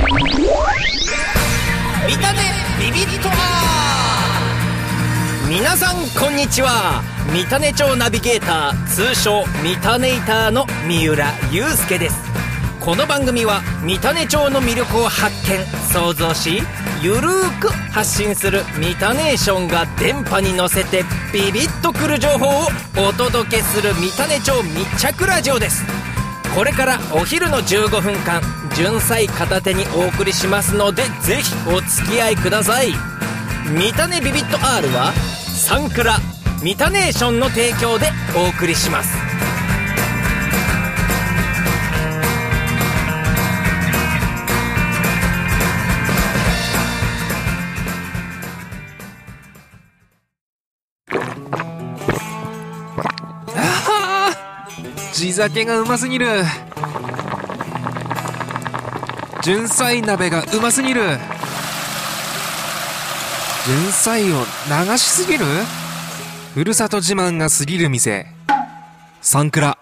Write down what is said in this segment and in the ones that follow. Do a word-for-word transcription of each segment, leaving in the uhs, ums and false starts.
見たねビビッと皆さんこんにちは。三種町ナビゲーター、通称三種イターの三浦祐介です。この番組は三種町の魅力を発見想像し、ゆるーく発信するミタネーションが電波に乗せてビビッとくる情報をお届けする三種町密着ラジオです。これからお昼のじゅうごふんかん純菜片手にお送りしますので、ぜひお付き合いください。三種ビビット R はサンクラミタネーションの提供でお送りします。 あー、地酒がうますぎる。純菜鍋がうますぎる。純菜を流しすぎる。ふるさと自慢が過ぎる店、サンクラ。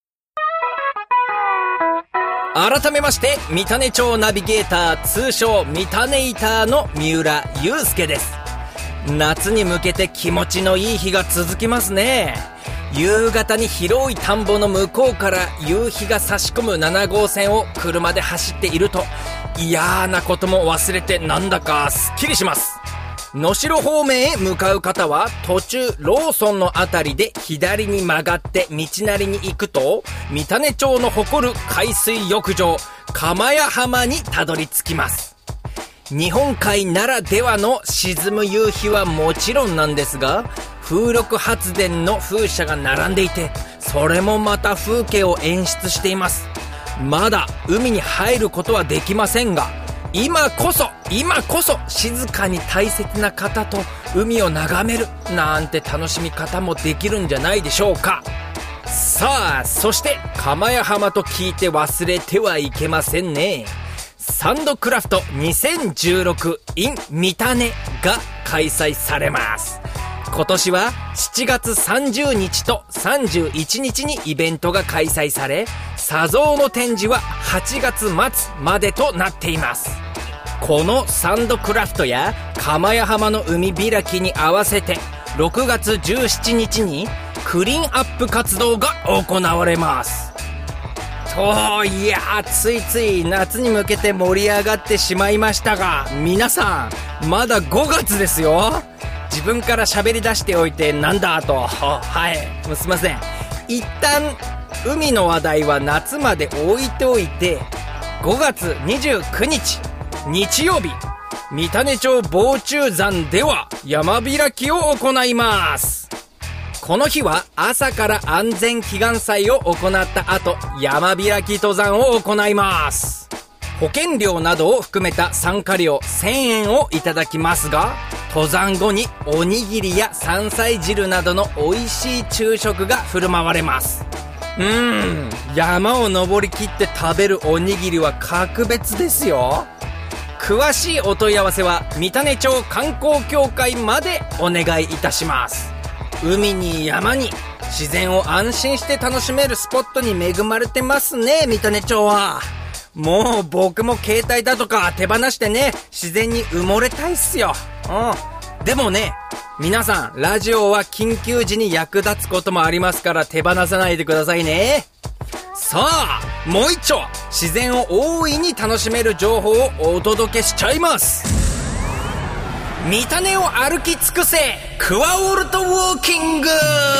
改めまして三種町ナビゲーター、通称三種イターの三浦祐介です。夏に向けて気持ちのいい日が続きますね。夕方に広い田んぼの向こうから夕日が差し込むななごうせんを車で走っていると、嫌なことも忘れてなんだかすっきりします。能代方面へ向かう方は途中ローソンのあたりで左に曲がって道なりに行くと、三種町の誇る海水浴場釜屋浜にたどり着きます。日本海ならではの沈む夕日はもちろんなんですが、風力発電の風車が並んでいて、それもまた風景を演出しています。まだ海に入ることはできませんが、今こそ今こそ静かに大切な方と海を眺めるなんて楽しみ方もできるんじゃないでしょうか。さあ、そして釜屋浜と聞いて忘れてはいけませんね。サンドクラフトにせんじゅうろく in 三種が開催されます。今年はしちがつさんじゅうにちとさんじゅういちにちにイベントが開催され、砂像の展示ははちがつまつまでとなっています。このサンドクラフトや釜屋浜の海開きに合わせてろくがつじゅうしちにちにクリーンアップ活動が行われます。と、いやー、ついつい夏に向けて盛り上がってしまいましたが、皆さんまだごがつですよ。自分から喋り出しておいてなんだと、はい、もうすいません。一旦海の話題は夏まで置いておいて、ごがつにじゅうくにち日曜日、三種町防虫山では山開きを行います。この日は朝から安全祈願祭を行った後、山開き登山を行います。保険料などを含めた参加料せんえんをいただきますが、登山後におにぎりや山菜汁などの美味しい昼食が振る舞われます。うーん、山を登りきって食べるおにぎりは格別ですよ。詳しいお問い合わせは三種町観光協会までお願いいたします。海に山に自然を安心して楽しめるスポットに恵まれてますね、三種町は。もう僕も携帯だとか手放してね、自然に埋もれたいっすよ。うん。でもね、皆さん、ラジオは緊急時に役立つこともありますから手放さないでくださいね。さあ、もう一丁自然を大いに楽しめる情報をお届けしちゃいます。三種を歩き尽くせ、クワオルトウォーキング。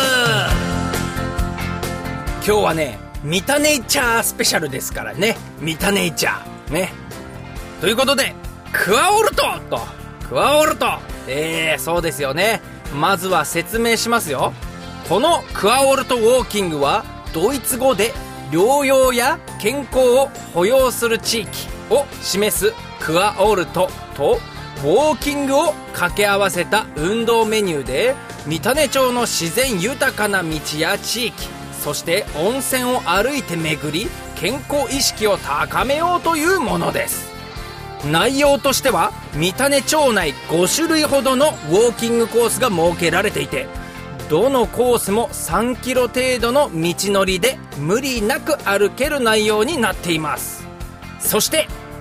今日はね、三種イチャースペシャルですからね。三種イチャーね。ということで、クワオルトとクワオルト、えー、そうですよね。まずは説明しますよ。このクワオルトウォーキングはドイツ語で療養や健康を保養する地域を示すクワオルトとウォーキングを掛け合わせた運動メニューで、三種町の自然豊かな道や地域、そして温泉を歩いて巡り、健康意識を高めようというものです。内容としては三種町内ごしゅるいほどのウォーキングコースが設けられていて、どのコースもさんキロ程度の道のりで無理なく歩ける内容になっています。そして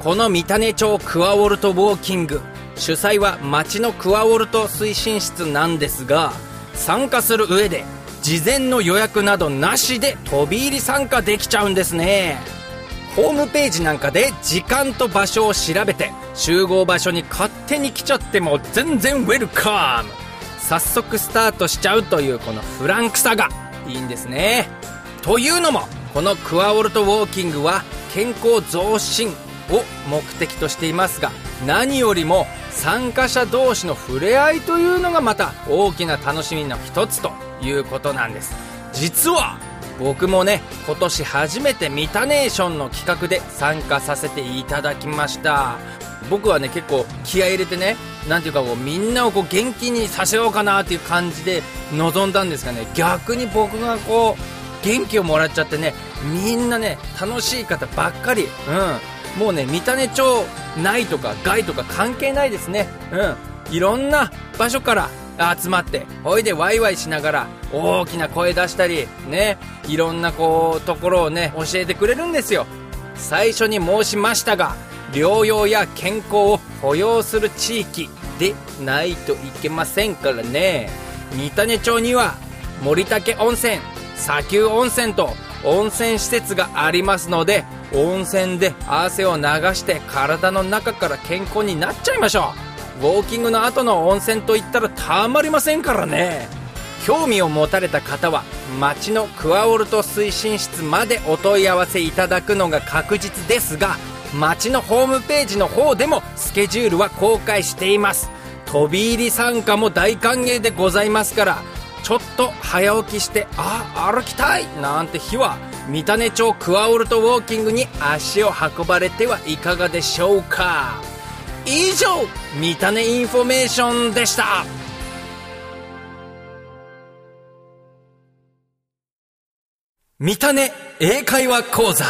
この三種町クワオルトウォーキング、主催は町のクワオルト推進室なんですが、参加する上で事前の予約などなしで飛び入り参加できちゃうんですね。ホームページなんかで時間と場所を調べて集合場所に勝手に来ちゃっても全然ウェルカム。早速スタートしちゃうというこのフランクさがいいんですね。というのもこのクワオルトウォーキングは健康増進を目的としていますが、何よりも参加者同士の触れ合いというのがまた大きな楽しみの一つということなんです。実は僕もね、今年初めてミタネーションの企画で参加させていただきました。僕はね、結構気合い入れてね、なんていうかこうみんなをこう元気にさせようかなっていう感じで臨んだんですがね、逆に僕がこう元気をもらっちゃってね、みんなね楽しい方ばっかり。うん、もうね三種町内とか外とか関係ないですね。うん、いろんな場所から集まっておいでワイワイしながら大きな声出したりね、いろんなこうところをね教えてくれるんですよ。最初に申しましたが、療養や健康を保養する地域でないといけませんからね。三種町には森竹温泉、砂丘温泉と温泉施設がありますので、温泉で汗を流して体の中から健康になっちゃいましょう。ウォーキングの後の温泉といったらたまりませんからね。興味を持たれた方は町のクワオルト推進室までお問い合わせいただくのが確実ですが、町のホームページの方でもスケジュールは公開しています。飛び入り参加も大歓迎でございますから、ちょっと早起きしてあ歩きたいなんて日は三種町クワオルトウォーキングに足を運ばれてはいかがでしょうか。以上、三種インフォメーションでした。三種英会話講座。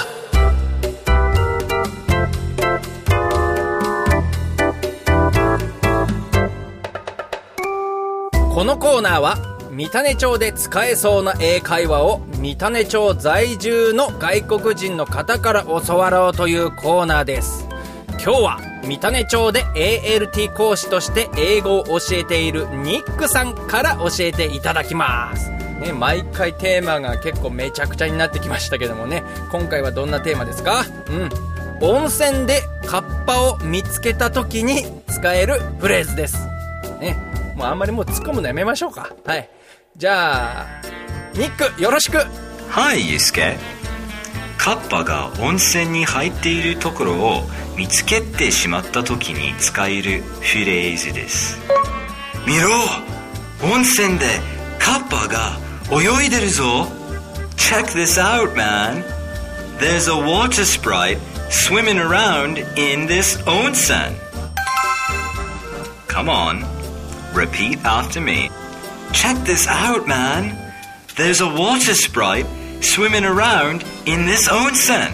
このコーナーは三種町で使えそうな英会話を三種町在住の外国人の方から教わろうというコーナーです。今日は三種町で エーエルティー 講師として英語を教えているニックさんから教えていただきます、ね、毎回テーマが結構めちゃくちゃになってきましたけどもね、今回はどんなテーマですか？うん、温泉でカッパを見つけた時に使えるフレーズです、ね、もうあんまりもう突っ込むのやめましょうか。はい、じゃあニックよろしく。 はい、ユースケ。カッパが温泉に入っているところを見つけてしまった時に使えるフレーズです。見ろ、温泉でカッパが泳いでるぞ。 Check this out, man. There's a water sprite swimming around in this onsen. Come on, repeat after me. Check this out, man. There's a water sprite swimming around in this onsen.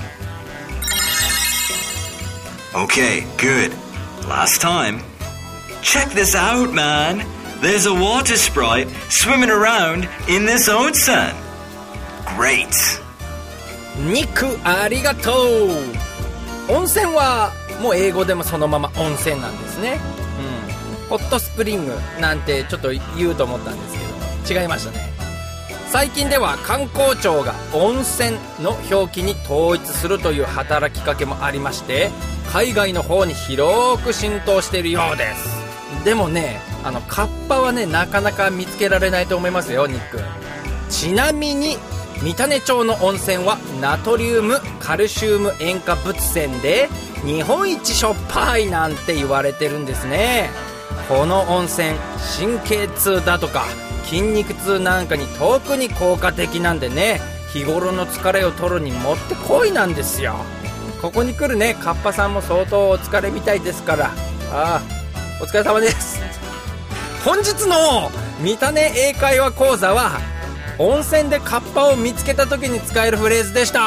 Okay, good. Last time. Check this out, man. There's a water sprite swimming around in this onsen. Great. ニックありがとう。温泉はもう英語でもそのまま温泉なんですね。うん。ホットスプリングなんてちょっと言うと思ったんですけど違いましたね。最近では観光庁が温泉の表記に統一するという働きかけもありまして、海外の方に広く浸透しているようです。でもね、あのカッパはねなかなか見つけられないと思いますよ、ニック。ちなみに三種町の温泉はナトリウムカルシウム塩化物泉で日本一しょっぱいなんて言われてるんですね。この温泉、神経痛だとか筋肉痛なんかに特に効果的なんでね、日頃の疲れを取るにもってこいなんですよ。ここに来るねカッパさんも相当お疲れみたいですから、ああお疲れ様です。本日の三種英会話講座は温泉でカッパを見つけた時に使えるフレーズでした。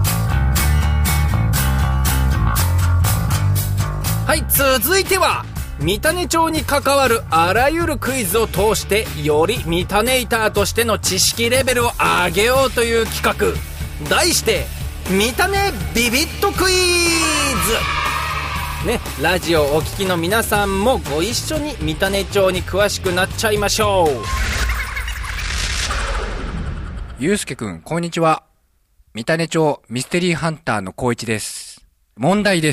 はい、続いては三種町に関わるあらゆるクイズを通してよりミタネイターとしての知識レベルを上げようという企画、題してミタネビビットクイズね。ラジオをお聞きの皆さんもご一緒に三種町に詳しくなっちゃいましょう。 ゆうすけくん、こんにちは。三種町ミステリーハンターの光一です。問題です。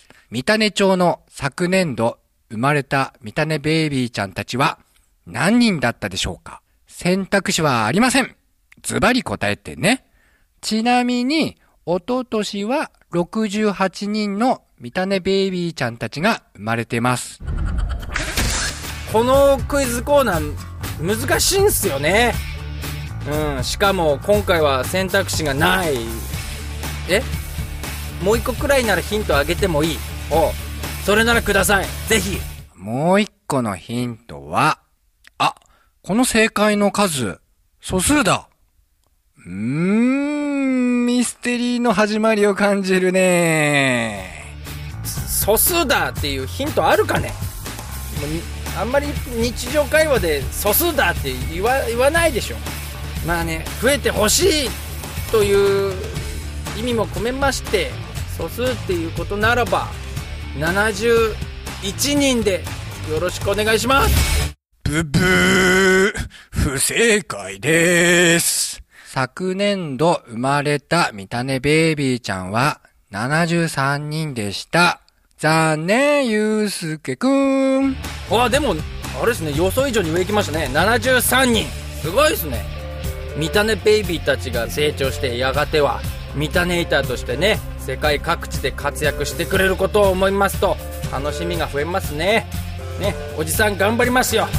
三種町の昨年度生まれた三種ベイビーちゃんたちは何人だったでしょうか。選択肢はありません。ズバリ答えてね。ちなみに、おととしはろくじゅうはちにんの三種ベイビーちゃんたちが生まれてます。 このクイズコーナー難しいんすよね。うん、しかも今回は選択肢がない。えもう一個くらいならヒントあげてもいい。おう、それならください。ぜひ。 もう一個のヒントは、あ、この正解の数、素数だ。うーん、ミステリーの始まりを感じるね。 素数だっていうヒントあるかね。もうあんまり日常会話で素数だって言わ、言わないでしょ。まあね、増えてほしいという意味も込めまして、素数っていうことならばななじゅういちにんでよろしくお願いします。 ブブー、不正解です。昨年度生まれた三種ベイビーちゃんはななじゅうさんにんでした。残念、ゆうすけくん。 あ、でもあれですね、予想以上に上行きましたね。ななじゅうさんにん、すごいですね。三種ベイビーたちが成長してやがてはミタネイターとしてね、世界各地で活躍してくれることを思いますと楽しみが増えますね。ね、おじさん頑張りますよ。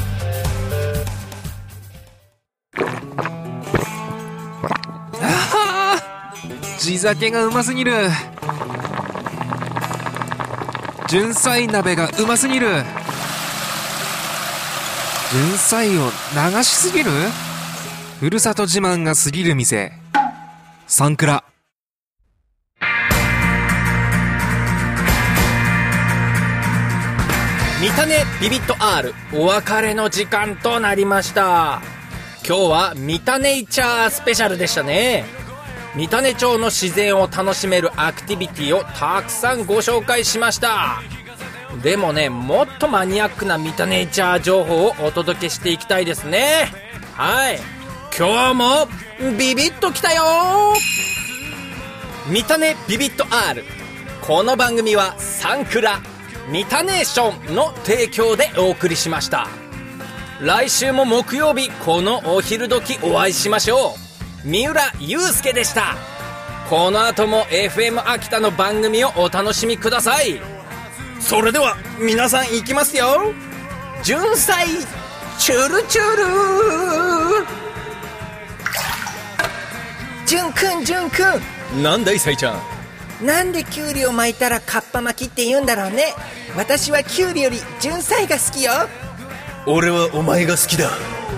あー、地酒がうますぎる。純菜鍋がうますぎる。純菜を流しすぎる。ふるさと自慢が過ぎる店、サンクラ。 三種ビビット R お別れの時間となりました。今日はミタネイチャースペシャルでしたね。三種町の自然を楽しめるアクティビティをたくさんご紹介しました。でもね、もっとマニアックなミタネイチャー情報をお届けしていきたいですね。はい、今日もビビッときたよ。ミタネビビット R、 この番組はサンクラミタネーションの提供でお送りしました。来週も木曜日このお昼時お会いしましょう。三浦祐介でした。この後も エフエム 秋田の番組をお楽しみください。それでは皆さん行きますよ。純菜チュルチュル。純くん純くん。なんだいさいちゃん。 なんでキュウリを巻いたらカッパ巻きって言うんだろうね。私はキュウリより純菜が好きよ。 俺はお前が好きだ。